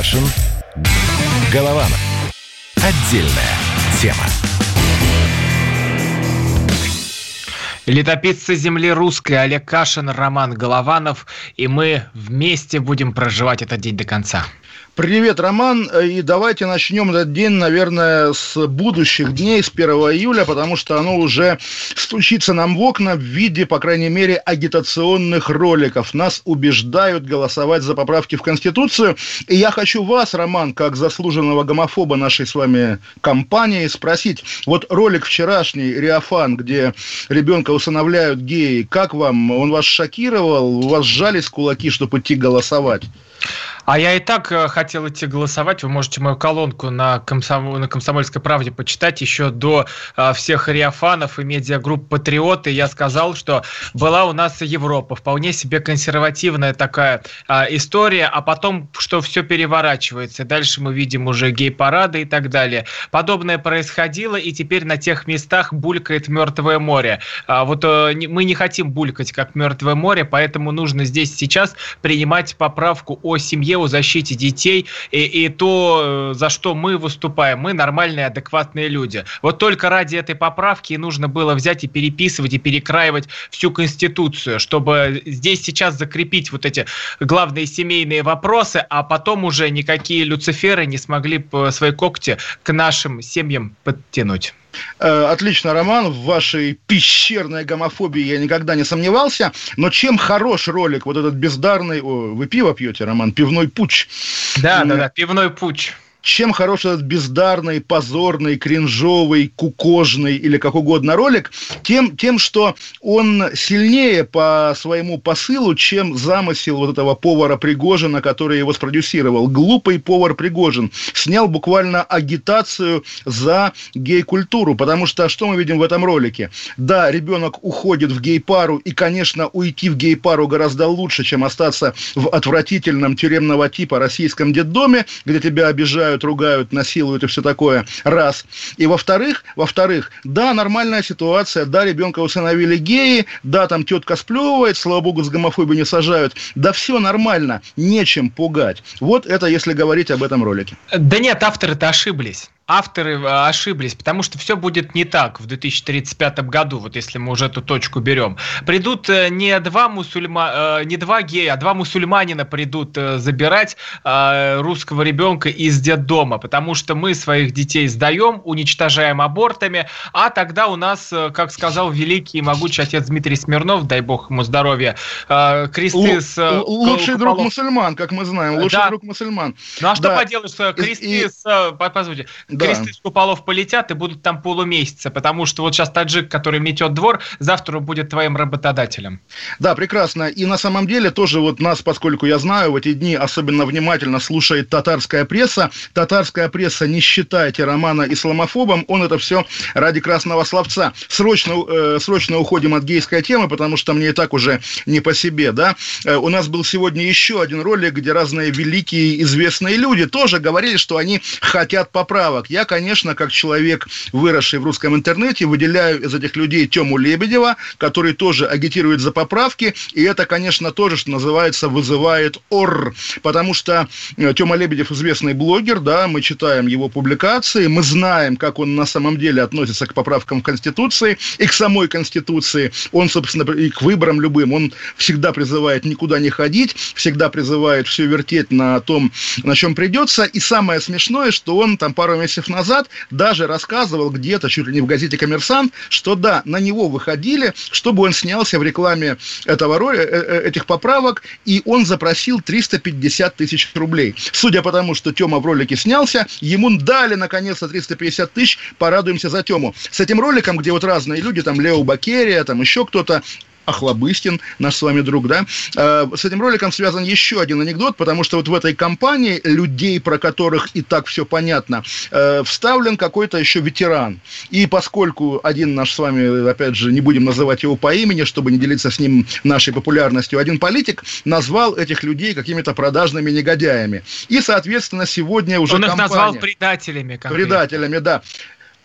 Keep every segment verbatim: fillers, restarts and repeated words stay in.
Кашин. Голованов. Отдельная тема. Летописцы земли русской Олег Кашин, Роман Голованов. И мы вместе будем проживать этот день до конца. Привет, Роман, и давайте начнем этот день, наверное, с будущих дней, с первого июля, потому что оно уже стучится нам в окна в виде, по крайней мере, агитационных роликов. Нас убеждают голосовать за поправки в Конституцию, и я хочу вас, Роман, как заслуженного гомофоба нашей с вами компании, спросить, вот ролик вчерашний, Риофан, где ребенка усыновляют геи, как вам, он вас шокировал, у вас сжались кулаки, чтобы идти голосовать? А я и так э, хотел идти голосовать. Вы можете мою колонку на, комсом... на «Комсомольской правде» почитать еще до э, всех риофанов и медиагрупп «Патриоты». Я сказал, что была у нас Европа, вполне себе консервативная такая э, история, а потом, что все переворачивается. Дальше мы видим уже гей-парады и так далее. Подобное происходило, и теперь на тех местах булькает Мертвое море. А вот э, не, мы не хотим булькать, как Мертвое море, поэтому нужно здесь сейчас принимать поправку о семье, о защите детей, и, и то, за что мы выступаем. Мы нормальные, адекватные люди. Вот только ради этой поправки и нужно было взять и переписывать, и перекраивать всю Конституцию, чтобы здесь сейчас закрепить вот эти главные семейные вопросы, а потом уже никакие люциферы не смогли свои когти к нашим семьям подтянуть. Отлично, Роман, в вашей пещерной гомофобии я никогда не сомневался, но чем хорош ролик, вот этот бездарный... О, вы пиво пьете, Роман? Пивной путч. Да, да, да, пивной путч. Чем хорош этот бездарный, позорный, кринжовый, кукожный или как угодно ролик, тем, тем, что он сильнее по своему посылу, чем замысел вот этого повара Пригожина, который его спродюсировал. Глупый повар Пригожин снял буквально агитацию за гей-культуру, потому что что мы видим в этом ролике? Да, ребенок уходит в гей-пару, и, конечно, уйти в гей-пару гораздо лучше, чем остаться в отвратительном тюремного типа российском детдоме, где тебя обижают, ругают, насилуют и все такое, раз. И во-вторых, во-вторых, да, нормальная ситуация, да, ребенка усыновили геи, да, там тетка сплевывает, слава богу, с гомофобией не сажают, да, все нормально, нечем пугать. Вот это если говорить об этом ролике. Да нет, авторы-то ошиблись. Авторы ошиблись, потому что все будет не так в две тысячи тридцать пятом году, вот если мы уже эту точку берем. Придут не два, мусульма... не два гея, а два мусульманина придут забирать русского ребенка из детдома, потому что мы своих детей сдаем, уничтожаем абортами, а тогда у нас, как сказал великий и могучий отец Дмитрий Смирнов, дай бог ему здоровья, кресты Л- с... л- лучший куполов... друг мусульман, как мы знаем, лучший да. друг мусульман. Ну а что да. поделаешь, кресты и... с... Позвольте. Да. Кресты с куполов полетят и будут там полумесяца, потому что вот сейчас таджик, который метет двор, завтра будет твоим работодателем. Да, прекрасно. И на самом деле тоже вот нас, поскольку я знаю, в эти дни особенно внимательно слушает татарская пресса. Татарская пресса, не считайте Романа исламофобом, он это все ради красного словца. Срочно, э, срочно уходим от гейской темы, потому что мне и так уже не по себе, да. Э, у нас был сегодня еще один ролик, где разные великие известные люди тоже говорили, что они хотят поправок. Я, конечно, как человек, выросший в русском интернете, выделяю из этих людей Тему Лебедева, который тоже агитирует за поправки, и это, конечно, тоже, что называется, вызывает ор, потому что Тема Лебедев известный блогер, да, мы читаем его публикации, мы знаем, как он на самом деле относится к поправкам в Конституции и к самой Конституции, он, собственно, и к выборам любым, он всегда призывает никуда не ходить, всегда призывает все вертеть на том, на чем придется, и самое смешное, что он там пару месяцев назад даже рассказывал где-то, чуть ли не в газете «Коммерсант», что да, на него выходили, чтобы он снялся в рекламе этого роли, этих поправок, и он запросил триста пятьдесят тысяч рублей. Судя по тому, что Тема в ролике снялся, ему дали наконец-то триста пятьдесят тысяч, порадуемся за Тему. С этим роликом, где вот разные люди, там Лео Бакерия, там еще кто-то, Охлобыстин, наш с вами друг, да, с этим роликом связан еще один анекдот, потому что вот в этой компании людей, про которых и так все понятно, вставлен какой-то еще ветеран. И поскольку один наш с вами, опять же, не будем называть его по имени, чтобы не делиться с ним нашей популярностью, один политик назвал этих людей какими-то продажными негодяями. И, соответственно, сегодня уже Он их компания... назвал предателями. Конкретно. Предателями, да.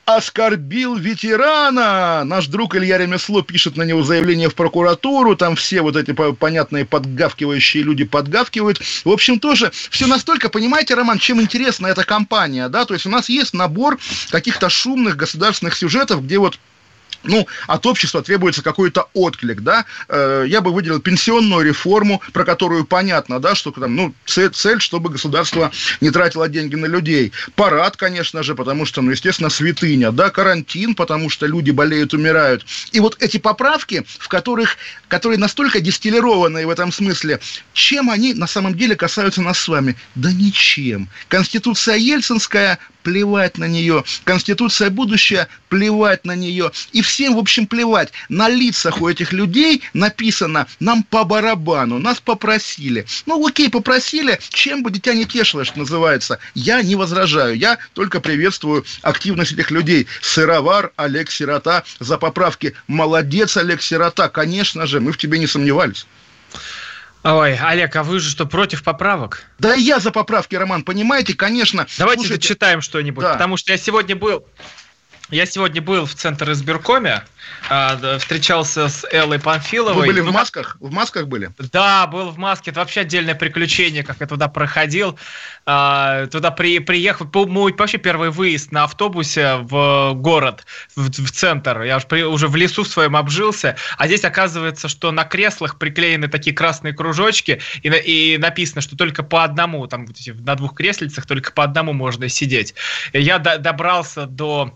оскорбил ветерана. Наш друг Илья Ремесло пишет на него заявление в прокуратуру. Там все вот эти понятные подгавкивающие люди подгавкивают. В общем, тоже все настолько, понимаете, Роман, чем интересна эта кампания, да? То есть у нас есть набор каких-то шумных государственных сюжетов, где вот ну, от общества требуется какой-то отклик, да, я бы выделил пенсионную реформу, про которую понятно, да, что там, ну, цель, цель, чтобы государство не тратило деньги на людей. Парад, конечно же, потому что, ну, естественно, святыня, да, карантин, потому что люди болеют, умирают. И вот эти поправки, в которых, которые настолько дистиллированные в этом смысле, чем они на самом деле касаются нас с вами? Да ничем. Конституция ельцинская, плевать на нее. Конституция будущая, плевать на нее. И всем, в общем, плевать. На лицах у этих людей написано «нам по барабану», нас попросили. Ну, окей, попросили, чем бы дитя не тешилось, что называется. Я не возражаю, я только приветствую активность этих людей. Сыровар Олег Сирота за поправки. Молодец, Олег Сирота, конечно же, мы в тебе не сомневались. Ой, Олег, а вы же что, против поправок? Да я за поправки, Роман, понимаете, конечно. Давайте слушайте, зачитаем что-нибудь, да. Потому что я сегодня был... Я сегодня был в Центр избиркоме, э, встречался с Эллой Памфиловой. Вы были ну, в масках? В масках были? Да, был в маске. Это вообще отдельное приключение, как я туда проходил. Э, туда при, приехал, мой вообще первый выезд на автобусе в город, в, в центр. Я уже, при, уже в лесу в своем обжился. А здесь оказывается, что на креслах приклеены такие красные кружочки, и, и написано, что только по одному, там на двух креслицах только по одному можно сидеть. И я до, добрался до...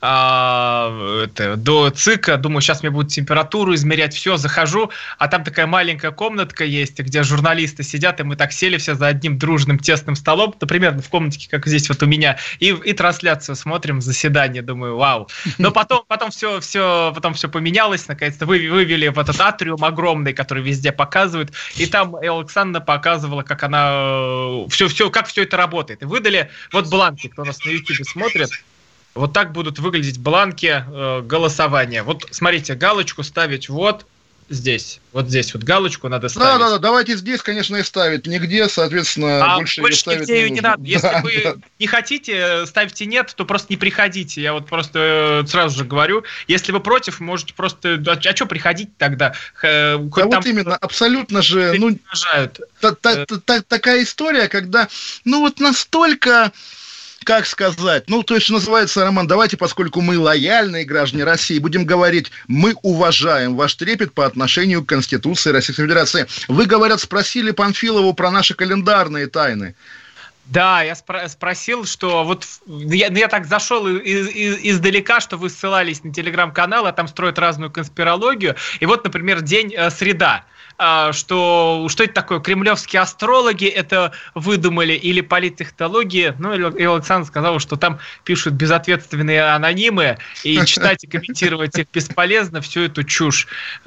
А, это, до ЦИКа, думаю, сейчас мне будут температуру измерять, все, захожу, а там такая маленькая комнатка есть, где журналисты сидят, и мы так сели все за одним дружным тесным столом, ну, примерно в комнатке, как здесь вот у меня, и, и трансляцию смотрим, заседание, думаю, вау. Но потом, потом, все, все, потом все поменялось, наконец-то вы, вывели в этот атриум огромный, который везде показывают, и там Элла Александровна показывала, как она, все, все, как все это работает. И выдали вот бланки, кто нас на YouTube смотрит. Вот так будут выглядеть бланки э, голосования. Вот смотрите, галочку ставить вот здесь. Вот здесь вот галочку надо ставить. Да, да, да, давайте здесь, конечно, и ставить. Нигде, соответственно, а больше, больше ставить нигде не, не надо. Если да, вы да. не хотите, ставьте нет, то просто не приходите. Я вот просто сразу же говорю. Если вы против, можете просто... А, а что приходить тогда? Да там... вот именно, абсолютно же... Ну, та, та, та, та, такая история, когда, ну вот настолько... Как сказать? Ну, то есть, что называется, Роман, давайте, поскольку мы лояльные граждане России, будем говорить, мы уважаем ваш трепет по отношению к Конституции Российской Федерации. Вы, говорят, спросили Памфилову про наши календарные тайны. Да, я спро- спросил, что вот я, я так зашел из, из, издалека, что вы ссылались на телеграм-канал, а там строят разную конспирологию. И вот, например, день э, среда. Что, что это такое? Кремлевские астрологи это выдумали или политтехнологии? Ну, и Александр сказал, что там пишут безответственные анонимы, и читать и комментировать их бесполезно, всю эту чушь.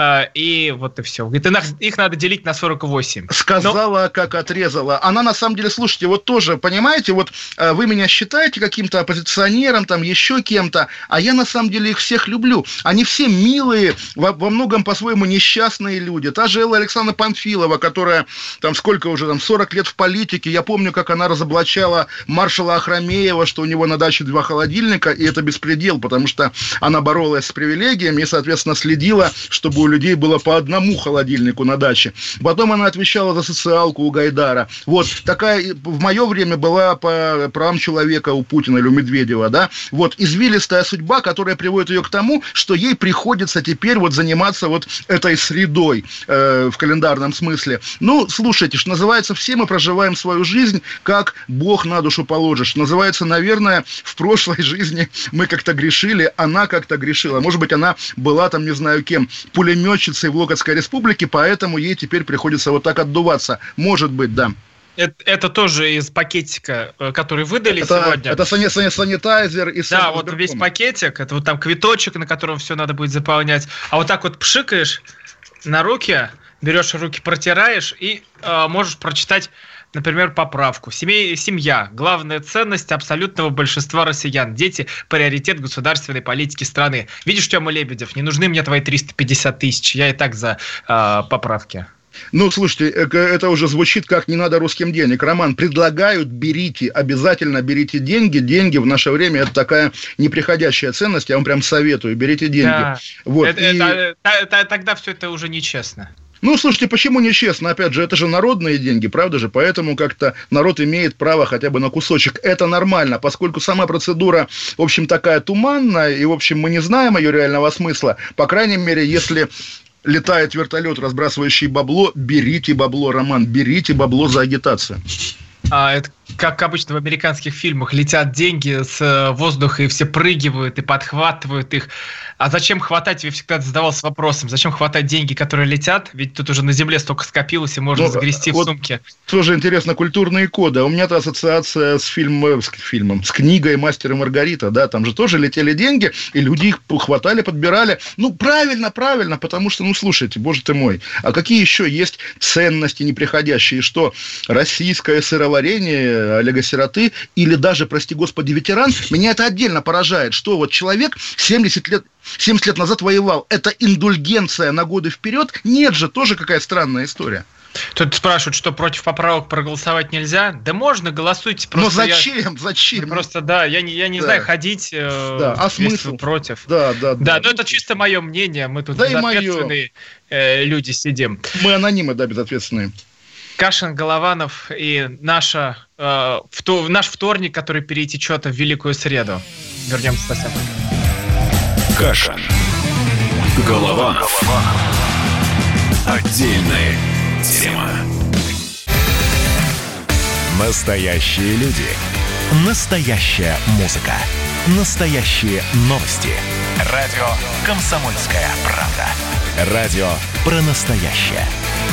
И вот и все. Говорит, их надо делить на сорок восемь. Сказала, Но... как отрезала. Она на самом деле, слушайте, вот тоже, понимаете, вот вы меня считаете каким-то оппозиционером, там еще кем-то, а я на самом деле их всех люблю. Они все милые, во, во многом по-своему несчастные люди. Та же Элла Александра Памфилова, которая там сколько уже, там сорок лет в политике. Я помню, как она разоблачала маршала Ахрамеева, что у него на даче два холодильника, и это беспредел, потому что она боролась с привилегиями и, соответственно, следила, чтобы у людей было по одному холодильнику на даче. Потом она отвечала за социалку у Гайдара. Вот, такая в мое время была по правам человека у Путина или у Медведева, да. Вот, извилистая судьба, которая приводит ее к тому, что ей приходится теперь вот заниматься вот этой средой, э, в календарном смысле. Ну, слушайте, что называется, все мы проживаем свою жизнь, как Бог на душу положит. Что называется, наверное, в прошлой жизни мы как-то грешили, она как-то грешила. Может быть, она была там, не знаю кем, пулеметчицей в Локотской республике, поэтому ей теперь приходится вот так отдуваться. Может быть, да. Это, это тоже из пакетика, который выдали это, сегодня. Это сани, сани, санитайзер и да, вот весь пакетик, это вот там квиточек, на котором все надо будет заполнять. А вот так вот пшикаешь на руки, берешь руки, протираешь и э, можешь прочитать, например, поправку. Семей, семья – главная ценность абсолютного большинства россиян. Дети – приоритет государственной политики страны. Видишь, Тёма Лебедев, не нужны мне твои триста пятьдесят тысяч, я и так за э, поправки. Ну, слушайте, это уже звучит как «не надо русским денег». Роман, предлагают, берите, обязательно берите деньги. Деньги в наше время – это такая неприходящая ценность. Я вам прям советую, берите деньги. Да. Вот. Это, и... это, это, тогда все это уже нечестно. Ну, слушайте, почему нечестно? Опять же, это же народные деньги, правда же? Поэтому как-то народ имеет право хотя бы на кусочек. Это нормально, поскольку сама процедура, в общем, такая туманная, и, в общем, мы не знаем ее реального смысла. По крайней мере, если летает вертолет, разбрасывающий бабло, берите бабло, Роман, берите бабло за агитацию. А, это как обычно в американских фильмах, летят деньги с воздуха, и все прыгивают и подхватывают их. А зачем хватать, я всегда задавался вопросом, зачем хватать деньги, которые летят? Ведь тут уже на земле столько скопилось, и можно ну, загрести вот в сумке. Тоже интересно, культурные коды. У меня-то ассоциация с, фильм, с фильмом, с книгой «Мастер и Маргарита». Да, там же тоже летели деньги, и люди их хватали, подбирали. Ну, правильно, правильно, потому что, ну, слушайте, боже ты мой, а какие еще есть ценности неприходящие? Что российское сыроварение Олега Сироты или даже, прости господи, ветеран, меня это отдельно поражает, что вот человек семьдесят лет, семьдесят лет назад воевал. Это индульгенция на годы вперед? Нет же, тоже какая странная история. Тут спрашивают, что против поправок проголосовать нельзя. Да можно, голосуйте. Но зачем? Я... Зачем? Просто, да, я не, я не да. знаю, ходить э, да. а смысл? Против. Да, да, да. Да, но это чисто мое мнение. Мы тут да безответственные э, люди сидим. Мы анонимы, да, безответственные. Кашин, Голованов и наша, э, вто, наш вторник, который перетечет в Великую Среду. Вернемся совсем. Кашин, Голованов. Отдельная тема. Настоящие люди. Настоящая музыка. Настоящие новости. Радио «Комсомольская правда». Радио про настоящее.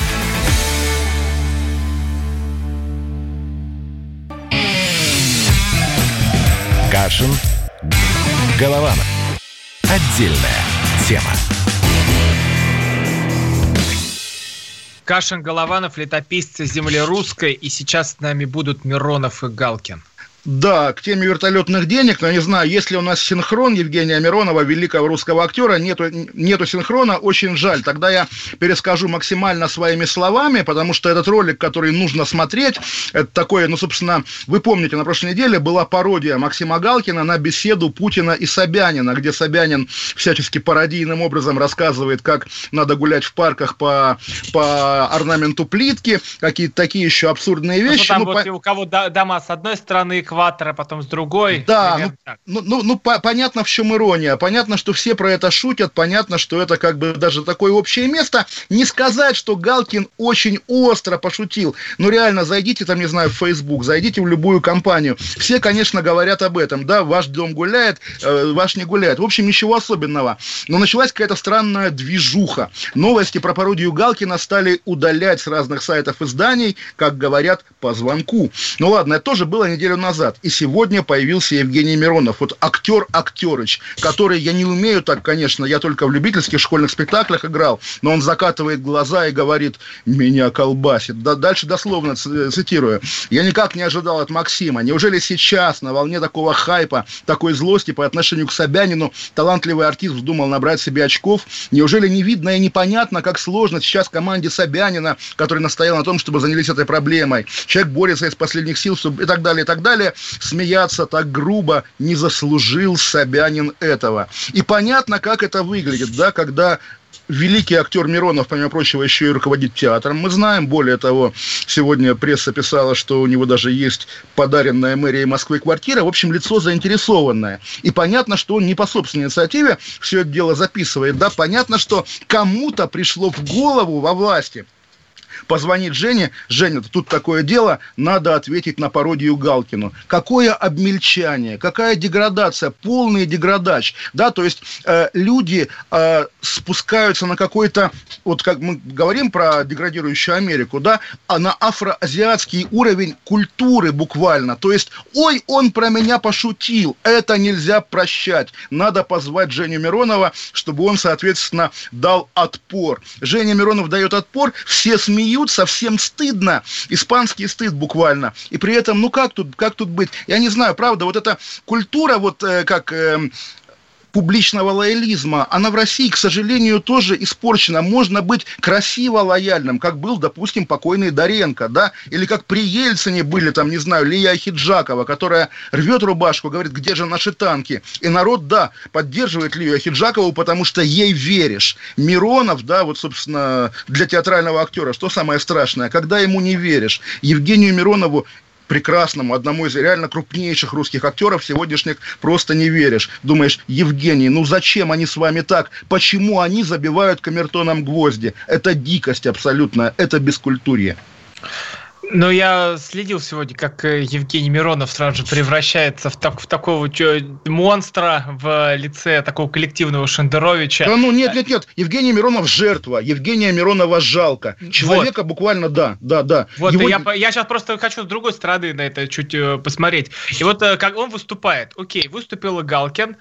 Кашин, Голованов. Отдельная тема. Кашин, Голованов, летописцы земли русской, и сейчас с нами будут Миронов и Галкин. Да, к теме вертолетных денег, но я не знаю, есть ли у нас синхрон Евгения Миронова, великого русского актера, нету, нету синхрона, очень жаль. Тогда я перескажу максимально своими словами, потому что этот ролик, который нужно смотреть, это такое, ну, собственно, вы помните, на прошлой неделе была пародия Максима Галкина на беседу Путина и Собянина, где Собянин всячески пародийным образом рассказывает, как надо гулять в парках по, по орнаменту плитки, какие-то такие еще абсурдные вещи. Ну, там ну, вот по... у кого дома с одной стороны, экватора, потом с другой. Да, ну, ну, ну, ну по- понятно, в чем ирония. Понятно, что все про это шутят. Понятно, что это как бы даже такое общее место. Не сказать, что Галкин очень остро пошутил. Ну, реально, зайдите там, не знаю, в Facebook, зайдите в любую компанию. Все, конечно, говорят об этом. Да, ваш дом гуляет, э, ваш не гуляет. В общем, ничего особенного. Но началась какая-то странная движуха. Новости про пародию Галкина стали удалять с разных сайтов изданий, как говорят, по звонку. Ну, ладно, это тоже было неделю назад. И сегодня появился Евгений Миронов. Вот актер-актерыч, который, я не умею так, конечно, я только в любительских школьных спектаклях играл, но он закатывает глаза и говорит: «Меня колбасит». Да, дальше дословно цитирую. «Я никак не ожидал от Максима. Неужели сейчас, на волне такого хайпа, такой злости по отношению к Собянину, талантливый артист вздумал набрать себе очков? Неужели не видно и непонятно, как сложно сейчас команде Собянина, который настоял на том, чтобы занялись этой проблемой? Человек борется из последних сил, чтобы... и так далее, и так далее. Смеяться так грубо, не заслужил Собянин этого». И понятно, как это выглядит, да, когда великий актер Миронов, помимо прочего, еще и руководит театром. Мы знаем, более того, сегодня пресса писала, что у него даже есть подаренная мэрией Москвы квартира. В общем, лицо заинтересованное. И понятно, что он не по собственной инициативе все это дело записывает. Да, понятно, что кому-то пришло в голову во власти позвонить Жене: «Женя, тут такое дело, надо ответить на пародию Галкину». Какое обмельчание, какая деградация, полный деградач, да, то есть э, люди э, спускаются на какой-то, вот как мы говорим про деградирующую Америку, да, а на афроазиатский уровень культуры буквально, то есть, ой, он про меня пошутил, это нельзя прощать, надо позвать Женю Миронова, чтобы он, соответственно, дал отпор. Женя Миронов дает отпор, все смеются, совсем стыдно, испанский стыд буквально, и при этом, ну как тут, как тут быть, я не знаю, правда, вот эта культура, вот э, как... Э, публичного лоялизма, она в России, к сожалению, тоже испорчена. Можно быть красиво лояльным, как был, допустим, покойный Доренко, да, или как при Ельцине были, там, не знаю, Лия Ахеджакова, которая рвет рубашку, говорит, где же наши танки? И народ, да, поддерживает Лию Ахеджакову, потому что ей веришь. Миронов, да, вот, собственно, для театрального актера, что самое страшное, когда ему не веришь. Евгению Миронову, прекрасному, одному из реально крупнейших русских актеров сегодняшних, просто не веришь. Думаешь, Евгений, ну зачем они с вами так? Почему они забивают камертоном гвозди? Это дикость абсолютно, это бескультурье. Ну, я следил сегодня, как Евгений Миронов сразу же превращается в, так, в такого монстра в лице такого коллективного Шендеровича. Да ну, нет, нет, нет, Евгений Миронов жертва, Евгения Миронова жалко. Человека вот. буквально, да, да, да. Вот, Его... я, я сейчас просто хочу с другой стороны на это чуть посмотреть. И вот как он выступает, окей, выступил Галкин,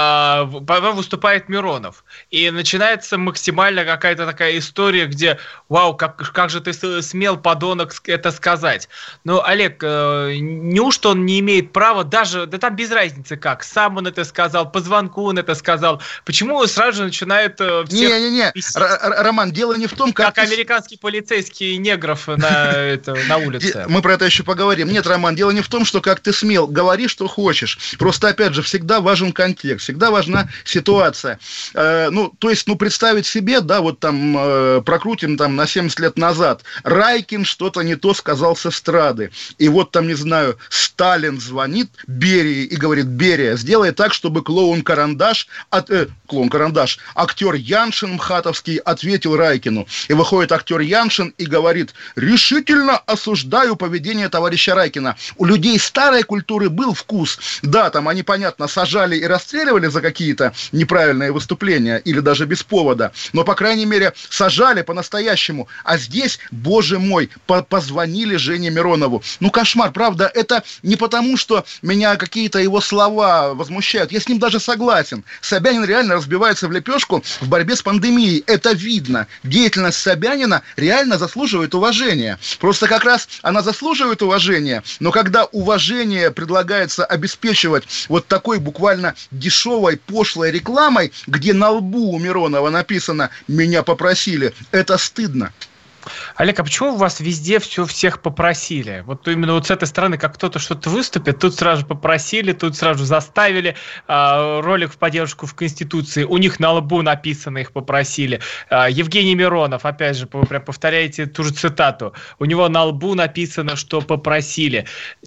потом выступает Миронов. И начинается максимально какая-то такая история, где, вау, как, как же ты смел, подонок, это сказать. Но, Олег, э, неужто он не имеет права даже, да там без разницы как, сам он это сказал, по звонку он это сказал, почему он сразу же начинает э, всех... Не-не-не, Роман, дело не в том, как... Как ты... американский полицейский негров на, это, на улице. Мы про это еще поговорим. Нет, Роман, дело не в том, что как ты смел, говори, что хочешь. Просто, опять же, всегда важен контекст, всегда важна ситуация. Э, ну, то есть, ну, представить себе, да, вот там, э, прокрутим там на семьдесят лет назад, Райкин что-то не то сказал, сказал с эстрады. И вот там, не знаю, Сталин звонит Берии и говорит: Берия, сделай так, чтобы клоун-карандаш, от, э, клоун-карандаш, актер Яншин Мхатовский ответил Райкину. И выходит актер Яншин и говорит: решительно осуждаю поведение товарища Райкина. У людей старой культуры был вкус. Да, там они, понятно, сажали и расстреливали за какие-то неправильные выступления или даже без повода, но, по крайней мере, сажали по-настоящему. А здесь, боже мой, по- позвонили Жене Миронову. Ну, кошмар, правда, это не потому, что меня какие-то его слова возмущают. Я с ним даже согласен. Собянин реально разбивается в лепешку в борьбе с пандемией. Это видно. Деятельность Собянина реально заслуживает уважения. Просто как раз она заслуживает уважения, но когда уважение предлагается обеспечивать вот такой буквально дешевой, пошлой рекламой, где на лбу у Миронова написано «меня попросили», это стыдно. Олег, а почему у вас везде все всех попросили? Вот именно вот с этой стороны, как кто-то что-то выступит, тут сразу попросили, тут сразу заставили. А, ролик в поддержку в Конституции, у них на лбу написано, их попросили. А, Евгений Миронов, опять же, вы прям повторяете ту же цитату. У него на лбу написано, что попросили.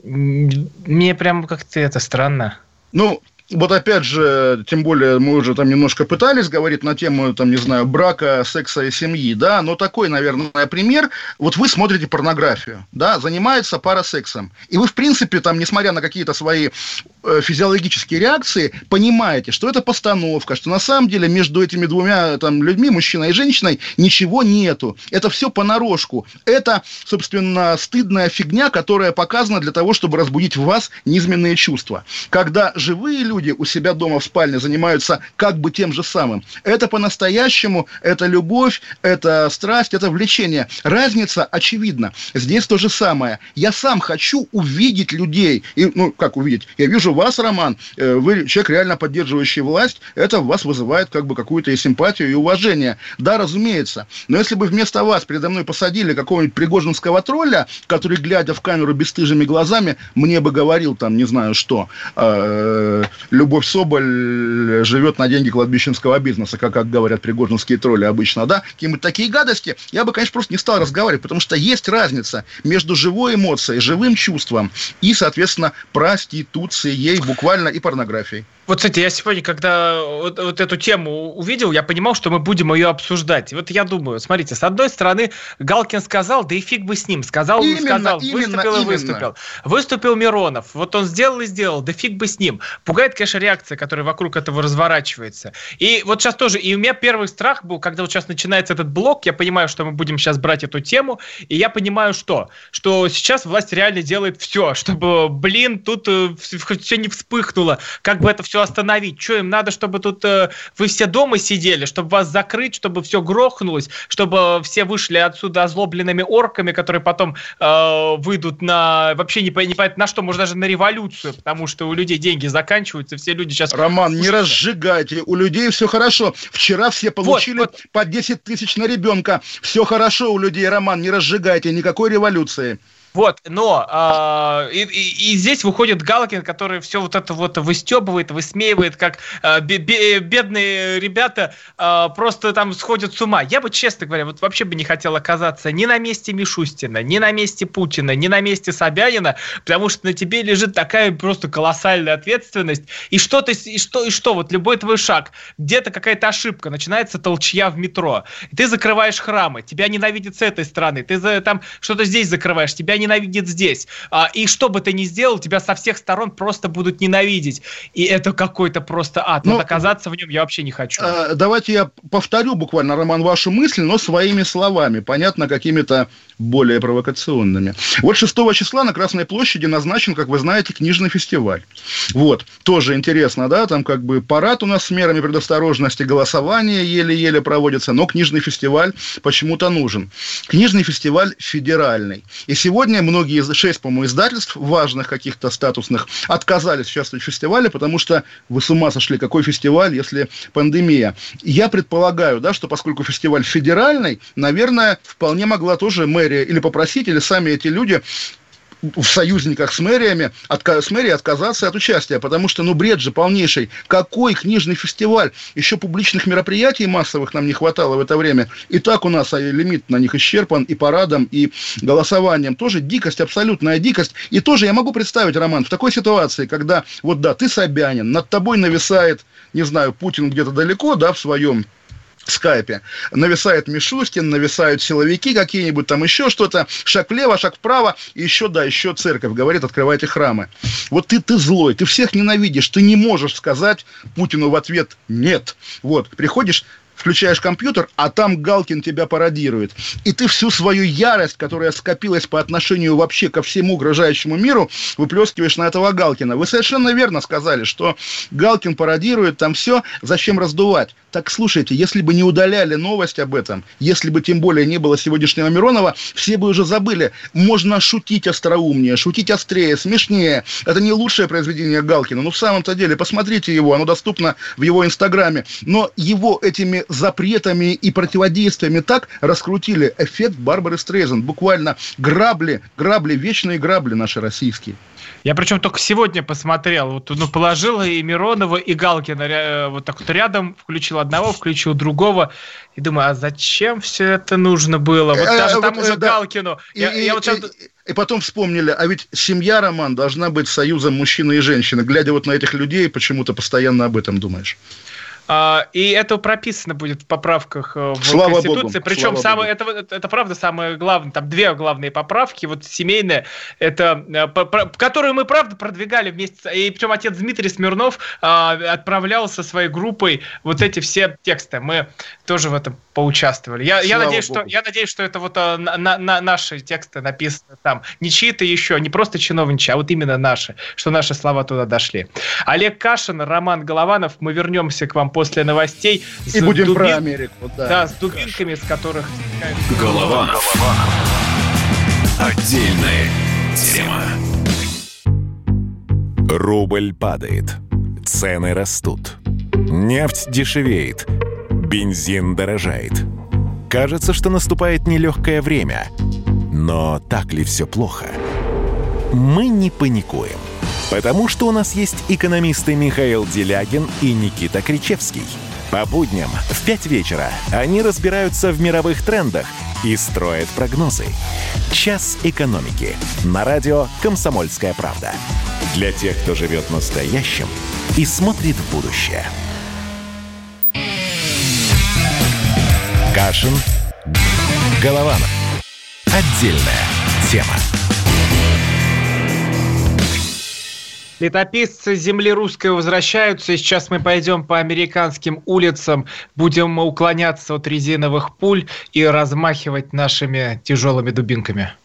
Мне прям как-то это странно. Ну, вот опять же, тем более мы уже там немножко пытались говорить на тему, там, не знаю, брака, секса и семьи, да, но такой, наверное, пример. Вот вы смотрите порнографию, да, занимается пара сексом, и вы, в принципе, там, несмотря на какие-то свои э, физиологические реакции, понимаете, что это постановка, что на самом деле между этими двумя там людьми, мужчиной и женщиной, ничего нету. Это все понарошку. Это, собственно, стыдная фигня, которая показана для того, чтобы разбудить в вас низменные чувства. Когда живые люди у себя дома в спальне занимаются как бы тем же самым. Это по-настоящему, это любовь, это страсть, это влечение. Разница очевидна. Здесь то же самое. Я сам хочу увидеть людей. И, ну, как увидеть? Я вижу вас, Роман, вы человек, реально поддерживающий власть, это в вас вызывает как бы какую-то и симпатию, и уважение. Да, разумеется. Но если бы вместо вас передо мной посадили какого-нибудь пригожинского тролля, который, глядя в камеру бесстыжими глазами, мне бы говорил там, не знаю что, э- Любовь Соболь живет на деньги кладбищенского бизнеса, как, как говорят пригожинские тролли обычно, да, какие-нибудь такие гадости, я бы, конечно, просто не стал разговаривать, потому что есть разница между живой эмоцией, живым чувством и, соответственно, проституцией буквально и порнографией. Вот, кстати, я сегодня, когда вот, вот эту тему увидел, я понимал, что мы будем ее обсуждать. И вот я думаю, смотрите, с одной стороны, Галкин сказал, да и фиг бы с ним. Сказал, именно, сказал, именно, выступил именно. и выступил. Выступил Миронов, вот он сделал и сделал, да фиг бы с ним. Пугает, конечно, реакция, которая вокруг этого разворачивается. И вот сейчас тоже, и у меня первый страх был, когда вот сейчас начинается этот блок, я понимаю, что мы будем сейчас брать эту тему, и я понимаю, что? Что сейчас власть реально делает все, чтобы, блин, тут все не вспыхнуло, как бы это все все остановить? Что им надо, чтобы тут э, вы все дома сидели, чтобы вас закрыть, чтобы все грохнулось, чтобы все вышли отсюда озлобленными орками, которые потом э, выйдут на вообще не понятно на что, может даже на революцию, потому что у людей деньги заканчиваются, все люди сейчас... Роман, не разжигайте, у людей все хорошо. Вчера все получили вот, вот. по десять тысяч на ребенка. Все хорошо у людей, Роман, не разжигайте, никакой революции. Вот, но э, и, и, и здесь выходит Галкин, который все вот это вот выстебывает, высмеивает, как э, бе- бедные ребята э, просто там сходят с ума. Я бы, честно говоря, вот вообще бы не хотел оказаться ни на месте Мишустина, ни на месте Путина, ни на месте Собянина, потому что на тебе лежит такая просто колоссальная ответственность. И что ты, и что, и что, вот любой твой шаг, где-то какая-то ошибка, начинается толчья в метро, и ты закрываешь храмы, тебя ненавидят с этой стороны, ты за, там что-то здесь закрываешь, тебя ненавидит здесь. А, и что бы ты ни сделал, тебя со всех сторон просто будут ненавидеть. И это какой-то просто ад. Но вот оказаться в нем я вообще не хочу. А, давайте я повторю буквально, Роман, вашу мысль, но своими словами. Понятно, какими-то более провокационными. Вот шестого числа на Красной площади назначен, как вы знаете, книжный фестиваль. Вот. Тоже интересно, да, там как бы парад у нас с мерами предосторожности, голосование еле-еле проводится, но книжный фестиваль почему-то нужен. Книжный фестиваль федеральный. И сегодня многие из шесть, по-моему, издательств важных каких-то статусных отказались участвовать в фестивале, потому что вы с ума сошли, какой фестиваль, если пандемия. Я предполагаю, да, что поскольку фестиваль федеральный, наверное, вполне могла тоже мэрия или попросить, или сами эти люди в союзниках с мэриями, отка- с мэрией отказаться от участия, потому что, ну, бред же полнейший. Какой книжный фестиваль? Еще публичных мероприятий массовых нам не хватало в это время. И так у нас лимит на них исчерпан и парадом, и голосованием. Тоже дикость, абсолютная дикость. И тоже я могу представить, Роман, в такой ситуации, когда, вот да, ты Собянин, над тобой нависает, не знаю, Путин где-то далеко, да, в своем скайпе, нависает Мишустин, нависают силовики какие-нибудь, там еще что-то, шаг влево, шаг вправо, и еще, да, еще церковь говорит, открывайте храмы. Вот ты, ты злой, ты всех ненавидишь, ты не можешь сказать Путину в ответ «нет». Вот, приходишь, включаешь компьютер, а там Галкин тебя пародирует. И ты всю свою ярость, которая скопилась по отношению вообще ко всему окружающему миру, выплескиваешь на этого Галкина. Вы совершенно верно сказали, что Галкин пародирует там все, зачем раздувать? Так слушайте, если бы не удаляли новость об этом, если бы тем более не было сегодняшнего Миронова, все бы уже забыли. Можно шутить остроумнее, шутить острее, смешнее. Это не лучшее произведение Галкина. Но в самом-то деле, посмотрите его, оно доступно в его инстаграме. Но его этими запретами и противодействиями так раскрутили эффект Барбары Стрейзанд. Буквально грабли, грабли, вечные грабли наши российские. Я причем только сегодня посмотрел, вот, ну, положила и Миронова, и Галкина вот так вот рядом, включил одного, включил другого, и думаю, а зачем все это нужно было? Вот даже тому же Галкину. И потом вспомнили, а ведь семья, Роман, должна быть союзом мужчины и женщины. Глядя вот на этих людей, почему-то постоянно об этом думаешь. И это прописано будет в поправках в Слава Конституции. Богу. Причем Слава самое, это, это, это правда самое главное. Там две главные поправки. Вот семейная, это, по, по, которую мы правда продвигали вместе. И причем отец Дмитрий Смирнов а, отправлял со своей группой вот эти все тексты. Мы тоже в этом поучаствовали. Я, я, надеюсь, что, я надеюсь, что это вот а, на, на, наши тексты написаны там. Не чьи-то еще, не просто чиновничьи, а вот именно наши. Что наши слова туда дошли. Олег Кашин, Роман Голованов. Мы вернемся к вам после новостей. И будем дубин... про Америку. Да, да, с дубинками, с которых... Голованов. Отдельная тема. Рубль падает. Цены растут. Нефть дешевеет. Бензин дорожает. Кажется, что наступает нелегкое время. Но так ли все плохо? Мы не паникуем. Потому что у нас есть экономисты Михаил Делягин и Никита Кричевский. По будням в пять вечера они разбираются в мировых трендах и строят прогнозы. «Час экономики» на радио «Комсомольская правда». Для тех, кто живет настоящим и смотрит в будущее. Кашин, Голованов. Отдельная тема. Летописцы земли русской возвращаются, и сейчас мы пойдем по американским улицам, будем уклоняться от резиновых пуль и размахивать нашими тяжелыми дубинками.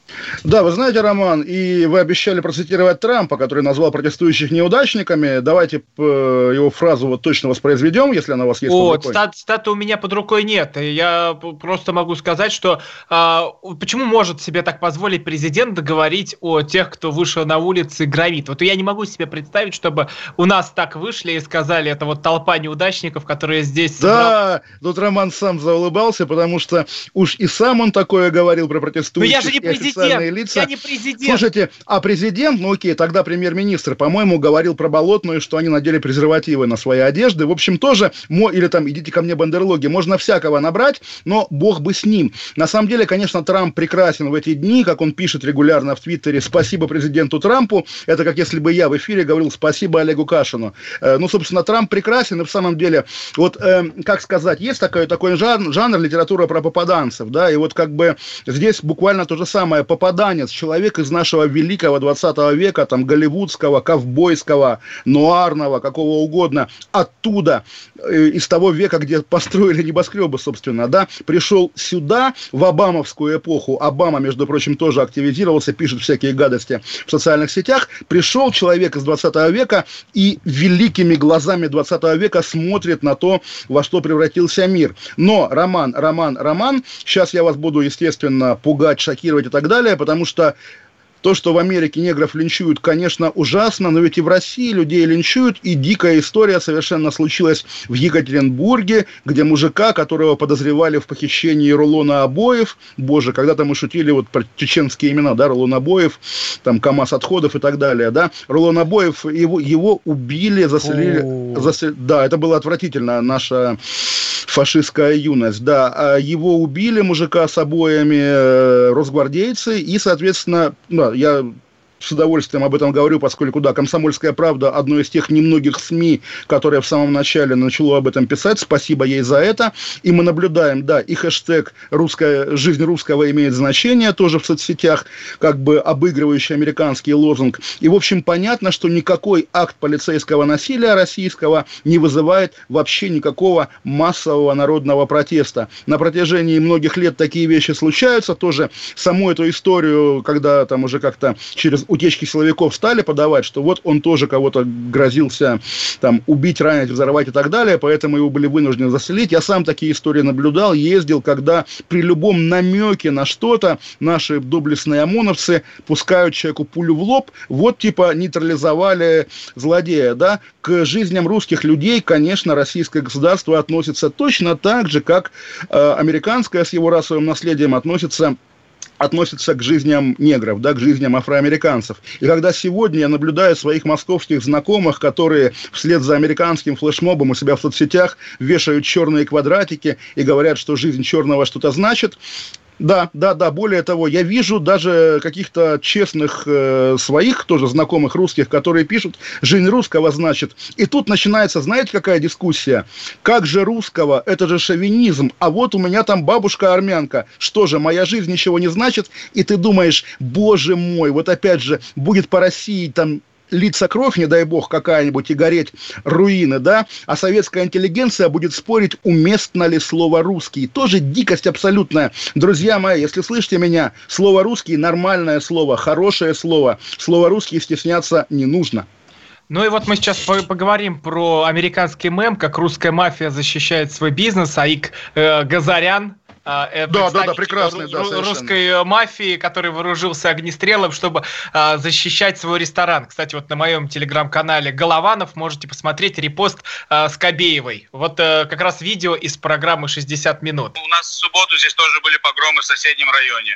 Да, вы знаете, Роман, и вы обещали процитировать Трампа, который назвал протестующих неудачниками. Давайте его фразу вот точно воспроизведем, если она у вас есть О, под рукой. Цитат, цитаты у меня под рукой нет. Я просто могу сказать, что а, почему может себе так позволить президент говорить о тех, кто вышел на улицы и громит? Вот я не могу себе представить, чтобы у нас так вышли и сказали, это вот толпа неудачников, которые здесь... Да, собрал... тут Роман сам заулыбался, потому что уж и сам он такое говорил про протестующих. Но я же не президент. Лица. Я не президент. Слушайте, а президент, ну окей, тогда премьер-министр, по-моему, говорил про Болотную, что они надели презервативы на свои одежды. В общем, тоже, или там, идите ко мне, бандерлоги, можно всякого набрать, но бог бы с ним. На самом деле, конечно, Трамп прекрасен в эти дни, как он пишет регулярно в Твиттере, спасибо президенту Трампу. Это как если бы я в эфире говорил спасибо Олегу Кашину. Ну, собственно, Трамп прекрасен, и в самом деле, вот, э, как сказать, есть такой, такой жанр, жанр литература про попаданцев, да, и вот как бы здесь буквально то же самое, попаданец, человек из нашего великого двадцатого века, там, голливудского, ковбойского, нуарного, какого угодно, оттуда, э, из того века, где построили небоскребы, собственно, да, пришел сюда, в обамовскую эпоху. Обама, между прочим, тоже активизировался, пишет всякие гадости в социальных сетях. Пришел человек из двадцатого века и великими глазами двадцатого века смотрит на то, во что превратился мир. Но, Роман, Роман, Роман, сейчас я вас буду, естественно, пугать, шокировать и так далее, потому что то, что в Америке негров линчуют, конечно, ужасно, но ведь и в России людей линчуют, и дикая история совершенно случилась в Екатеринбурге, где мужика, которого подозревали в похищении рулона обоев, боже, когда-то мы шутили вот про чеченские имена, да, рулон обоев, там, КамАЗ отходов и так далее, да, рулон обоев, его, его убили, застрелили, застрел... да, это было отвратительно, наша фашистская юность, да, его убили, мужика с обоями, росгвардейцы, и, соответственно, да, я с удовольствием об этом говорю, поскольку, да, «Комсомольская правда» одно из тех немногих СМИ, которое в самом начале начало об этом писать, спасибо ей за это, и мы наблюдаем, да, и хэштег «Русская, «Жизнь русского» имеет значение тоже в соцсетях, как бы обыгрывающий американский лозунг, и, в общем, понятно, что никакой акт полицейского насилия российского не вызывает вообще никакого массового народного протеста. На протяжении многих лет такие вещи случаются, тоже саму эту историю, когда там уже как-то через утечки силовиков стали подавать, что вот он тоже кого-то грозился там убить, ранить, взорвать и так далее, поэтому его были вынуждены застрелить. Я сам такие истории наблюдал, ездил, когда при любом намеке на что-то наши доблестные ОМОНовцы пускают человеку пулю в лоб, вот типа нейтрализовали злодея, да. К жизням русских людей, конечно, российское государство относится точно так же, как э, американское с его расовым наследием относится относится к жизням негров, да, к жизням афроамериканцев. И когда сегодня я наблюдаю своих московских знакомых, которые вслед за американским флешмобом у себя в соцсетях вешают черные квадратики и говорят, что жизнь черного что-то значит, да, да, да, более того, я вижу даже каких-то честных э, своих тоже знакомых русских, которые пишут, жизнь русского значит. И тут начинается, знаете, какая дискуссия? Как же русского? Это же шовинизм. А вот у меня там бабушка армянка. Что же, моя жизнь ничего не значит? И ты думаешь, боже мой, вот опять же, будет по России там литься кровь, не дай бог, какая-нибудь, и гореть руины, да, а советская интеллигенция будет спорить, уместно ли слово «русский». Тоже дикость абсолютная. Друзья мои, если слышите меня, слово «русский» – нормальное слово, хорошее слово. Слово «русский» стесняться не нужно. Ну и вот мы сейчас поговорим про американский мем, как русская мафия защищает свой бизнес, АИК э, Газарян, Да, да, да, прекрасный, да, русской мафии, который вооружился огнестрелом, чтобы а, защищать свой ресторан. Кстати, вот на моем телеграм-канале Голованов можете посмотреть репост а, Скобеевой. Вот а, как раз видео из программы шестьдесят минут. У нас в субботу здесь тоже были погромы в соседнем районе.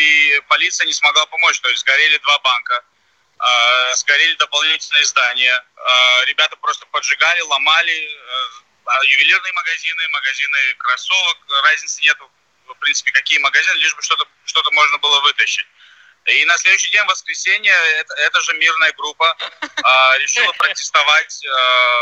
И полиция не смогла помочь. То есть сгорели два банка, а, сгорели дополнительные здания. А, ребята просто поджигали, ломали. А, ювелирные магазины, магазины кроссовок, разницы нету. В принципе, какие магазины, лишь бы что-то, что-то можно было вытащить. И на следующий день, в воскресенье, это, эта же мирная группа а, решила протестовать а,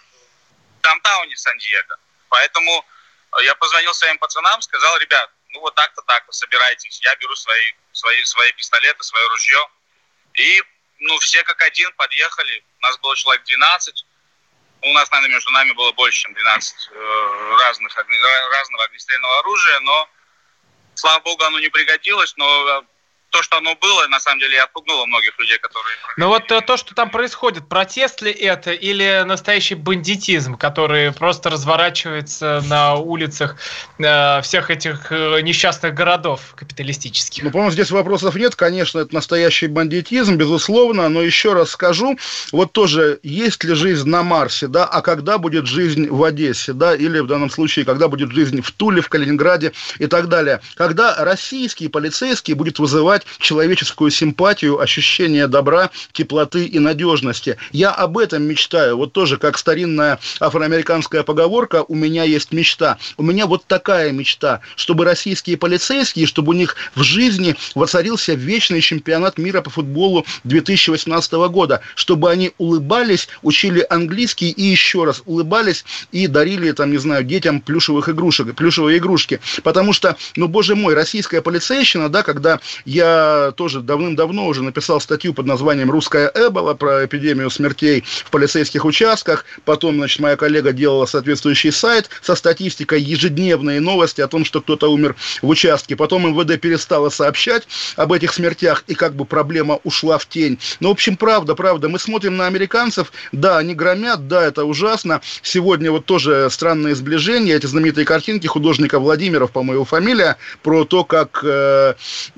в даунтауне Сан-Диего. Поэтому я позвонил своим пацанам, сказал, ребят, ну вот так-то так, вы собирайтесь, я беру свои, свои, свои пистолеты, свое ружье. И ну, все как один подъехали, у нас было человек двенадцать. У нас, наверное, между нами было больше, чем двенадцать э, разных, разного огнестрельного оружия, но, слава богу, оно не пригодилось, но то, что оно было, на самом деле, и отпугнуло многих людей, которые... Ну вот то, что там происходит, протест ли это или настоящий бандитизм, который просто разворачивается на улицах э, всех этих э, несчастных городов капиталистических? Ну, по-моему, здесь вопросов нет. Конечно, это настоящий бандитизм, безусловно, но еще раз скажу, вот тоже, есть ли жизнь на Марсе, да, а когда будет жизнь в Одессе, да, или в данном случае, когда будет жизнь в Туле, в Калининграде и так далее. Когда российский полицейский будет вызывать человеческую симпатию, ощущение добра, теплоты и надежности. Я об этом мечтаю. Вот тоже, как старинная афроамериканская поговорка, у меня есть мечта. У меня вот такая мечта, чтобы российские полицейские, чтобы у них в жизни воцарился вечный чемпионат мира по футболу две тысячи восемнадцатого года, чтобы они улыбались, учили английский и еще раз улыбались и дарили, там, не знаю, детям плюшевых игрушек, плюшевые игрушки. Потому что, ну, боже мой, российская полицейщина, да, когда я тоже давным-давно уже написал статью под названием «Русская Эбола» про эпидемию смертей в полицейских участках, потом, значит, моя коллега делала соответствующий сайт со статистикой, ежедневные новости о том, что кто-то умер в участке, потом эм вэ дэ перестала сообщать об этих смертях, и как бы проблема ушла в тень. Ну, в общем, правда, правда, мы смотрим на американцев, да, они громят, да, это ужасно. Сегодня вот тоже странные сближения, эти знаменитые картинки художника Владимиров, по-моему, его фамилия, про то, как э,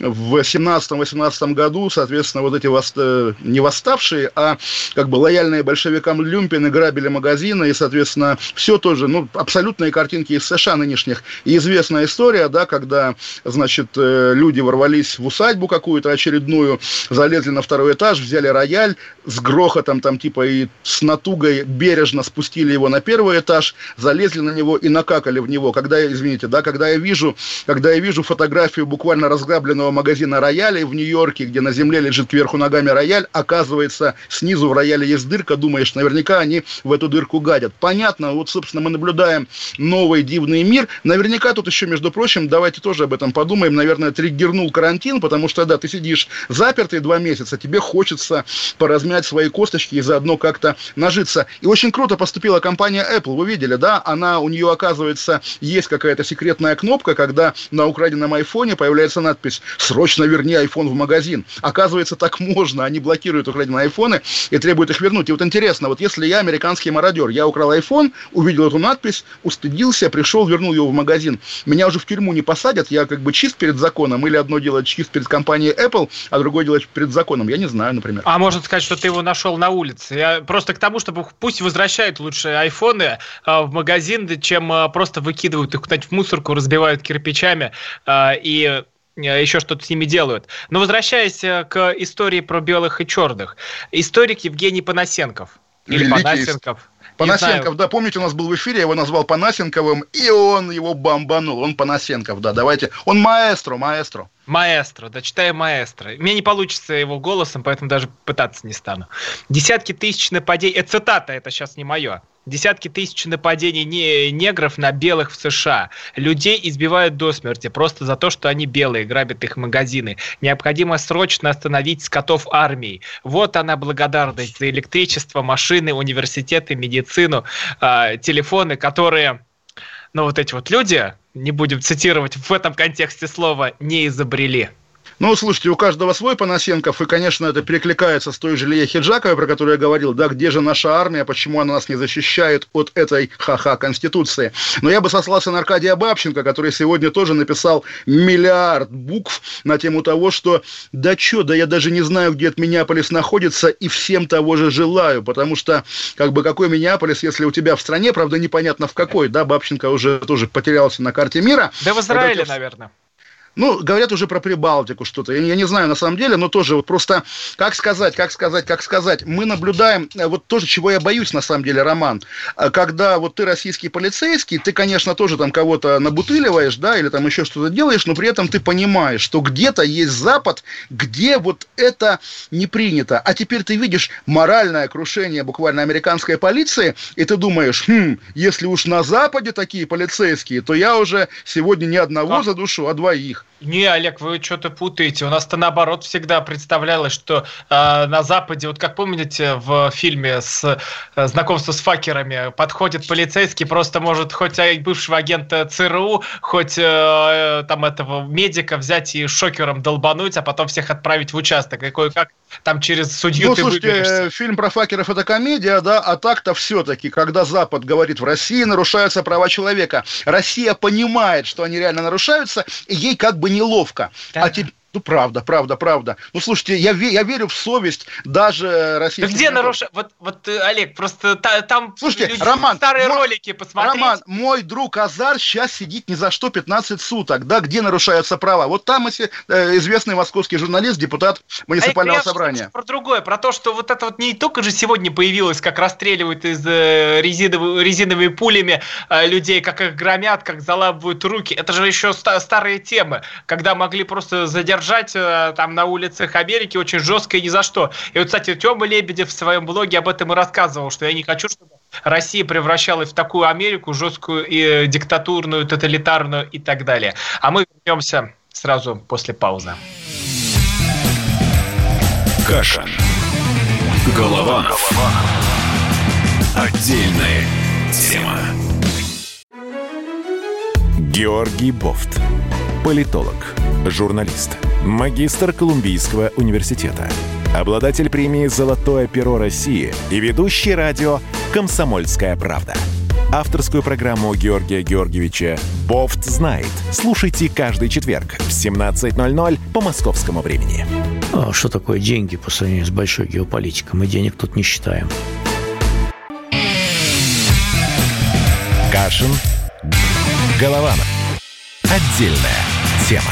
в семнадцатом-восемнадцатом году, соответственно, вот эти вос... не восставшие, а как бы лояльные большевикам люмпины грабили магазины, и, соответственно, все тоже, ну, абсолютные картинки из США нынешних. И известная история, да, когда, значит, люди ворвались в усадьбу какую-то очередную, залезли на второй этаж, взяли рояль, с грохотом там типа и с натугой бережно спустили его на первый этаж, залезли на него и накакали в него. Когда, извините, да, когда я вижу, когда я вижу фотографию буквально разграбленного магазина роялей в Нью-Йорке, где на земле лежит кверху ногами рояль, оказывается, снизу в рояле есть дырка, думаешь, наверняка они в эту дырку гадят. Понятно, вот, собственно, мы наблюдаем новый дивный мир. Наверняка тут еще, между прочим, давайте тоже об этом подумаем, наверное, триггернул карантин, потому что, да, ты сидишь запертый два месяца, тебе хочется поразмять свои косточки и заодно как-то нажиться. И очень круто поступила компания Apple, вы видели, да? Она, у нее, оказывается, есть какая-то секретная кнопка, когда на украденном айфоне появляется надпись «Срочно верни айфон в магазин». Оказывается, так можно. Они блокируют украденные айфоны и требуют их вернуть. И вот интересно, вот если я американский мародер, я украл айфон, увидел эту надпись, устыдился, пришел, вернул его в магазин. Меня уже в тюрьму не посадят, я как бы чист перед законом, или одно дело чист перед компанией Apple, а другое дело перед законом. Я не знаю, например. А можно сказать, что ты его нашел на улице. Я просто к тому, чтобы пусть возвращают лучше айфоны а, в магазин, чем а, просто выкидывают их куда-нибудь в мусорку, разбивают кирпичами а, и еще что-то с ними делают. Но возвращаясь к истории про белых и черных. Историк Евгений Панасенков. Или Великий Панасенков. Панасенков, да, помните, у нас был в эфире, я его назвал Панасенковым, и он его бомбанул. Он Панасенков, да, давайте. Он маэстро, маэстро. Маэстро, да, читаю маэстро. Мне не получится его голосом, поэтому даже пытаться не стану. Десятки тысяч нападений, это цитата, это сейчас не мое. Десятки тысяч нападений не, негров на белых в США. Людей избивают до смерти просто за то, что они белые, грабят их магазины. Необходимо срочно остановить скотов армии. Вот она благодарность за электричество, машины, университеты, медицину, э, телефоны, которые, ну вот эти вот люди, не будем цитировать в этом контексте слова, не изобрели. Ну, слушайте, у каждого свой Панасенков, и, конечно, это перекликается с той же Лией Хиджаковой, про которую я говорил, да, где же наша армия, почему она нас не защищает от этой ха-ха Конституции. Но я бы сослался на Аркадия Бабченко, который сегодня тоже написал миллиард букв на тему того, что да чё, да я даже не знаю, где этот Миннеаполис находится, и всем того же желаю, потому что, как бы, какой Миннеаполис, если у тебя в стране, правда, непонятно в какой, да, Бабченко уже тоже потерялся на карте мира. Да в Израиле, наверное. Ну, говорят уже про Прибалтику что-то. Я, я не знаю на самом деле, но тоже вот просто, как сказать, как сказать, как сказать. Мы наблюдаем, вот тоже, чего я боюсь на самом деле, Роман. Когда вот ты российский полицейский, ты, конечно, тоже там кого-то набутыливаешь, да, или там еще что-то делаешь, но при этом ты понимаешь, что где-то есть Запад, где вот это не принято. А теперь ты видишь моральное крушение буквально американской полиции, и ты думаешь, хм, если уж на Западе такие полицейские, то я уже сегодня не одного задушу, а двоих. Не, Олег, вы что-то путаете. У нас-то наоборот всегда представлялось, что э, на Западе, вот как помните в фильме с э, «Знакомство с факерами», подходит полицейский, просто может хоть бывшего агента ЦРУ, хоть э, там этого медика взять и шокером долбануть, а потом всех отправить в участок. И кое-как там через судью ну, ты слушайте, выберешься. Фильм про факеров — это комедия, да, а так-то все-таки, когда Запад говорит, в России нарушаются права человека, Россия понимает, что они реально нарушаются, и ей как бы неловко. Да. А теперь Ну, правда, правда, правда. Ну, слушайте, я, ве- я верю в совесть даже российских... Да где нарушать? Вот, вот, Олег, просто та, там слушайте, люди, Роман, старые мой, ролики посмотреть. Роман, мой друг Азар сейчас сидит ни за что пятнадцать суток, да, где нарушаются права. Вот там если, э, известный московский журналист, депутат муниципального Олег, собрания. Я про другое, про то, что вот это вот не только же сегодня появилось, как расстреливают из э, резиновыми, резиновыми пулями э, людей, как их громят, как заламывают руки. Это же еще ста- старые темы, когда могли просто задержать э, там на улицах Америки очень жестко и ни за что. И вот, кстати, Тёма Лебедев в своем блоге об этом и рассказывал, что я не хочу, чтобы Россия превращалась в такую Америку жесткую и диктатурную, тоталитарную и так далее. А мы вернемся сразу после паузы. Каша. Голованов. Отдельная тема. Георгий Бофт. Политолог, журналист, магистр Колумбийского университета, обладатель премии «Золотое перо России» и ведущий радио «Комсомольская правда». Авторскую программу Георгия Георгиевича «Бофт знает». Слушайте каждый четверг в семнадцать ноль ноль по московскому времени. А что такое деньги по сравнению с большой геополитикой? Мы денег тут не считаем. Кашин, Голованов. Отдельная тема.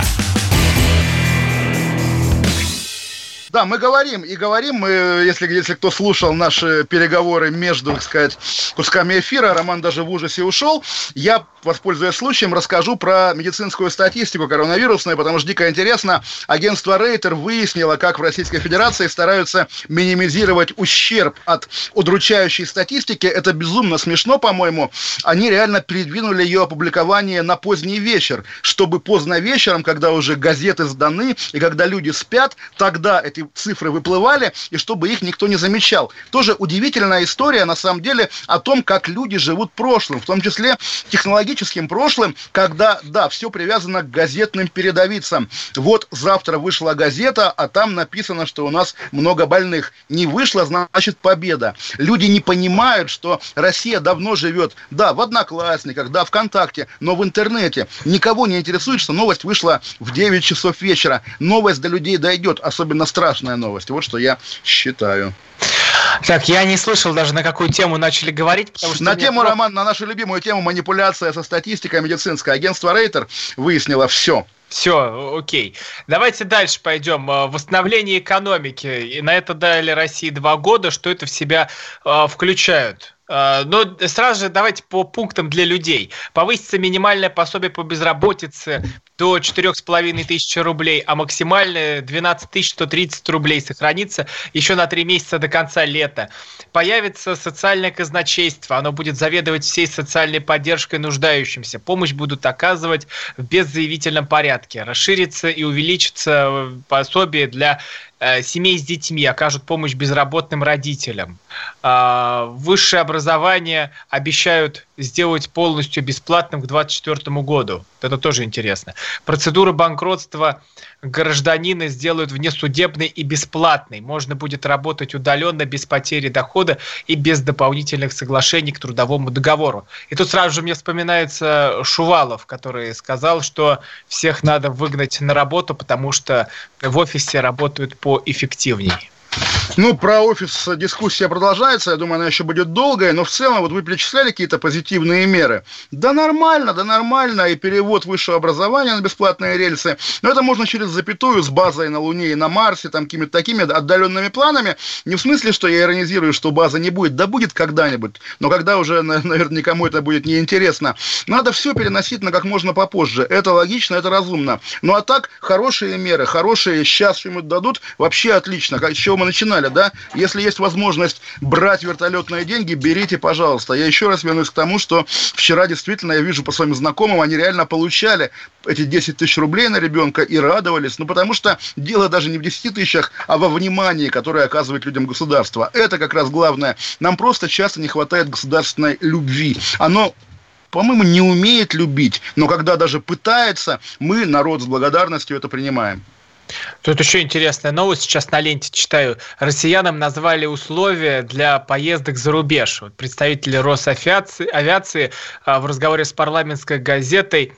Да, мы говорим, и говорим мы, если, если кто слушал наши переговоры между, так сказать, кусками эфира, Роман даже в ужасе ушел, я, воспользуясь случаем, расскажу про медицинскую статистику коронавирусную, потому что дико интересно. Агентство Рейтер выяснило, как в Российской Федерации стараются минимизировать ущерб от удручающей статистики. Это безумно смешно, по-моему. Они реально передвинули ее опубликование на поздний вечер, чтобы поздно вечером, когда уже газеты сданы, и когда люди спят, тогда эти цифры выплывали, и чтобы их никто не замечал. Тоже удивительная история, на самом деле, о том, как люди живут прошлым, в том числе технологическим прошлым, когда, да, все привязано к газетным передовицам. Вот завтра вышла газета, а там написано, что у нас много больных. Не вышло, значит, победа. Люди не понимают, что Россия давно живет, да, в Одноклассниках, да, ВКонтакте, но в интернете. Никого не интересует, что новость вышла в девять часов вечера. Новость до людей дойдет, особенно страшная новость. Вот что я считаю. Так, я не слышал даже, на какую тему начали говорить, потому что... На мне... тему, Роман, на нашу любимую тему манипуляция со статистикой медицинской. Агентство Рейтер выяснило все. Все, окей. Давайте дальше пойдем. Восстановление экономики. И на это дали России два года. Что это в себя э, включают? Но сразу же давайте по пунктам для людей. Повысится минимальное пособие по безработице до четыре с половиной тысячи рублей, а максимальное двенадцать тысяч сто тридцать рублей сохранится еще на три месяца до конца лета. Появится социальное казначейство. Оно будет заведовать всей социальной поддержкой нуждающимся. Помощь будут оказывать в беззаявительном порядке. Расширится и увеличится пособие для семей с детьми, окажут помощь безработным родителям. Высшее образование обещают сделать полностью бесплатным к двадцать четвёртому году. Это тоже интересно. Процедуру банкротства гражданина сделают внесудебной и бесплатной. Можно будет работать удаленно, без потери дохода и без дополнительных соглашений к трудовому договору. И тут сразу же мне вспоминается Шувалов, который сказал, что всех надо выгнать на работу, потому что в офисе работают поэффективней. Ну, про офис дискуссия продолжается, я думаю, она еще будет долгая, но в целом, вот вы перечисляли какие-то позитивные меры. Да нормально, да нормально, и перевод высшего образования на бесплатные рельсы, но это можно через запятую с базой на Луне и на Марсе, там какими-то такими отдаленными планами, не в смысле, что я иронизирую, что базы не будет, да будет когда-нибудь, но когда уже, наверное, никому это будет неинтересно. Надо все переносить на как можно попозже, это логично, это разумно. Ну а так, хорошие меры, хорошие, сейчас что-нибудь дадут, вообще отлично, с чего мы начинали, да, если есть возможность брать вертолетные деньги, берите, пожалуйста. Я еще раз вернусь к тому, что вчера действительно, я вижу по своим знакомым, они реально получали эти десять тысяч рублей на ребенка и радовались, ну, потому что дело даже не в десяти тысячах, а во внимании, которое оказывает людям государство. Это как раз главное. Нам просто часто не хватает государственной любви. Оно, по-моему, не умеет любить, но когда даже пытается, мы, народ, с благодарностью это принимаем. Тут еще интересная новость, сейчас на ленте читаю. Россиянам назвали условия для поездок за рубеж. Вот представители Росавиации авиации, в разговоре с парламентской газетой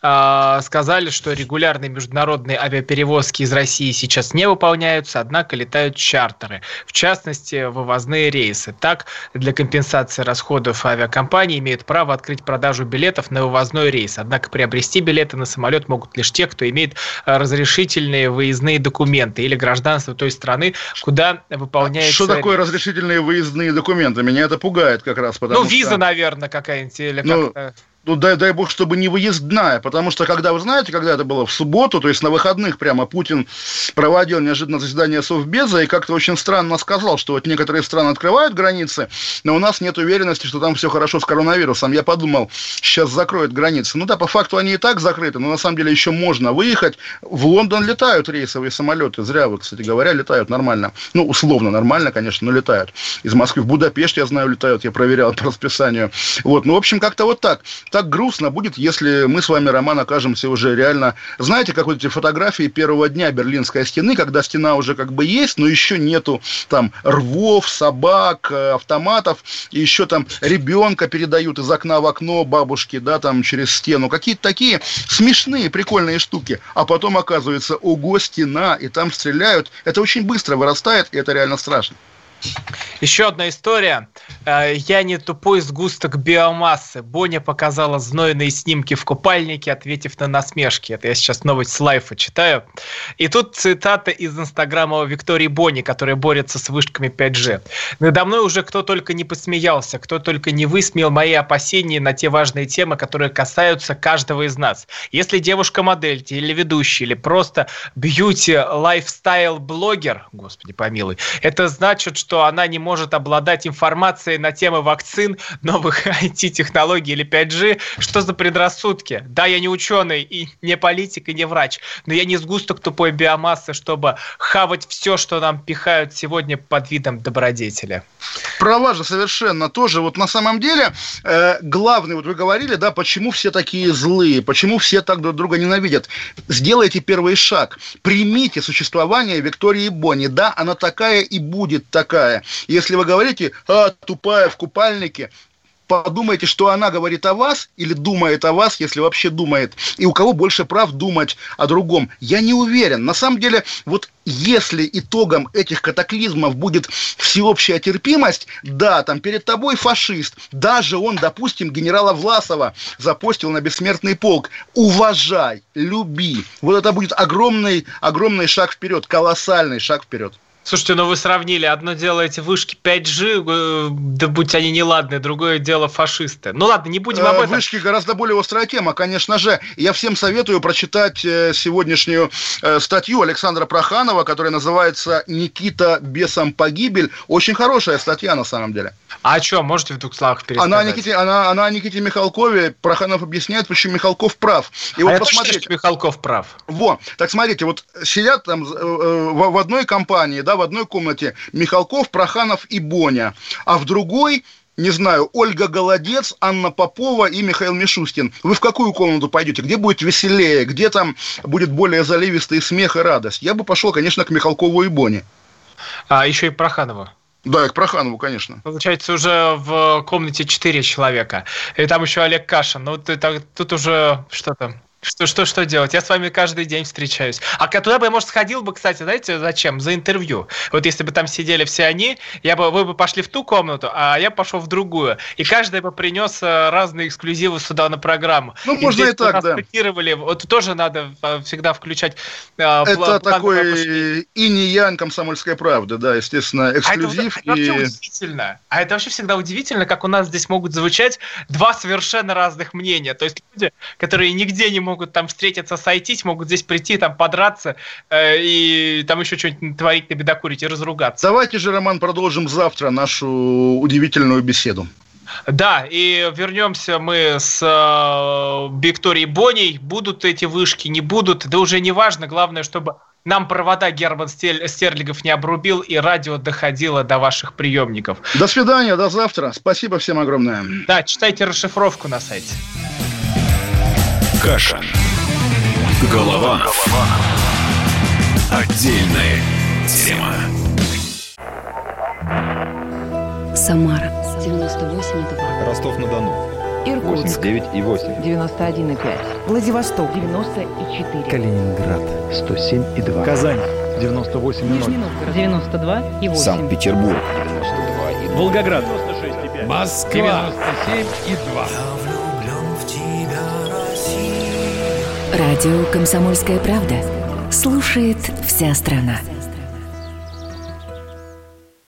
сказали, что регулярные международные авиаперевозки из России сейчас не выполняются, однако летают чартеры, в частности, вывозные рейсы. Так, для компенсации расходов авиакомпании имеют право открыть продажу билетов на вывозной рейс. Однако приобрести билеты на самолет могут лишь те, кто имеет разрешительные выездные документы или гражданство той страны, куда выполняется... Что такое разрешительные выездные документы? Меня это пугает как раз. Потому ну, виза, что... наверное, какая-нибудь или ну... как-то... Ну, дай, дай бог, чтобы не выездная, потому что, когда, вы знаете, когда это было в субботу, то есть на выходных прямо Путин проводил неожиданно заседание Совбеза и как-то очень странно сказал, что вот некоторые страны открывают границы, но у нас нет уверенности, что там все хорошо с коронавирусом. Я подумал, сейчас закроют границы. Ну да, по факту они и так закрыты, но на самом деле еще можно выехать. В Лондон летают рейсовые самолеты, зря вот, кстати говоря, летают нормально. Ну, условно нормально, конечно, но летают. Из Москвы в Будапешт, я знаю, летают, я проверял по расписанию. Вот, ну, в общем, как-то вот так. Так грустно будет, если мы с вами, Роман, окажемся уже реально... Знаете, как вот эти фотографии первого дня Берлинской стены, когда стена уже как бы есть, но еще нету там рвов, собак, автоматов, и еще там ребенка передают из окна в окно бабушки, да, там через стену. Какие-то такие смешные, прикольные штуки. А потом оказывается, ого, стена, и там стреляют. Это очень быстро вырастает, и это реально страшно. Еще одна история. Я не тупой сгусток биомассы. Боня показала знойные снимки в купальнике, ответив на насмешки. Это я сейчас новость с лайфа читаю. И тут цитата из инстаграма Виктории Бони, которая борется с вышками пять джи. Надо мной уже кто только не посмеялся, кто только не высмеял мои опасения на те важные темы, которые касаются каждого из нас. Если девушка-модель, телеведущий или просто бьюти-лайфстайл-блогер, господи помилуй, это значит, что она не может обладать информацией на темы вакцин, новых ай ти-технологий или пять джи. Что за предрассудки? Да, я не ученый, и не политик, и не врач, но я не сгусток тупой биомассы, чтобы хавать все, что нам пихают сегодня под видом добродетели. Права же совершенно тоже. Вот на самом деле э, главный, вот вы говорили, да, почему все такие злые, почему все так друг друга ненавидят. Сделайте первый шаг. Примите существование Виктории Бони. Да, она такая и будет такая. Если вы говорите, а, тупая в купальнике, подумайте, что она говорит о вас или думает о вас, если вообще думает. И у кого больше прав думать о другом. Я не уверен. На самом деле, вот если итогом этих катаклизмов будет всеобщая терпимость, да, там перед тобой фашист, даже он, допустим, генерала Власова запостил на бессмертный полк. Уважай, люби. Вот это будет огромный, огромный шаг вперед, колоссальный шаг вперед. Слушайте, ну вы сравнили, одно дело эти вышки пять джи, да будь они неладные, другое дело фашисты. Ну ладно, не будем об этом. Вышки гораздо более острая тема, конечно же. Я всем советую прочитать сегодняшнюю статью Александра Проханова, которая называется «Никита бесом погибель». Очень хорошая статья на самом деле. А о чем? Можете в двух словах пересказать? Она о Никите, она, она о Никите Михалкове. Проханов объясняет, почему Михалков прав. И а вот я посмотрите. точно, что Михалков прав. Во, так смотрите, вот сидят там э, в, в одной компании, да, в одной комнате Михалков, Проханов и Боня, а в другой, не знаю, Ольга Голодец, Анна Попова и Михаил Мишустин. Вы в какую комнату пойдете? Где будет веселее? Где там будет более заливистый смех и радость? Я бы пошел, конечно, к Михалкову и Боне. А еще и Проханову. Да, и к Проханову, конечно. Получается, уже в комнате четыре человека. И там еще Олег Кашин. Ну, ты, так, тут уже что-то... Что, что, что делать? Я с вами каждый день встречаюсь. А туда бы я, может, сходил бы, кстати, знаете, зачем? За интервью. Вот если бы там сидели все они, я бы, вы бы пошли в ту комнату, а я пошел в другую. И каждый бы принес разные эксклюзивы сюда на программу. Ну, и можно и так, да. Вот тоже надо всегда включать... Это план, такой инь-янь комсомольской правды, да, естественно, эксклюзив. А это, это и... вообще удивительно. А это вообще всегда удивительно, как у нас здесь могут звучать два совершенно разных мнения. То есть люди, которые нигде не могут могут там встретиться, сойтись, могут здесь прийти, там подраться э, и там еще что-нибудь творить, набедокурить и разругаться. Давайте же, Роман, продолжим завтра нашу удивительную беседу. Да, и вернемся мы с э, Викторией Боней. Будут эти вышки, не будут, да уже не важно. Главное, чтобы нам провода Герман Стерлигов не обрубил и радио доходило до ваших приемников. До свидания, до завтра. Спасибо всем огромное. Да, читайте расшифровку на сайте. Каша. Голованов. Отдельная тема. Самара девяносто восемь и два. Ростов-на-Дону Иркутск восемьдесят девять и восемь. девяносто один и пять. Владивосток девяносто и четыре. Калининград сто семь и два. Казань девяносто восемь и ноль. Нижний Новгород девяносто два и восемь. Санкт-Петербург девяносто два и два. Волгоград девяносто шесть и пять. Москва девяносто семь и два. Радио «Комсомольская правда» слушает вся страна.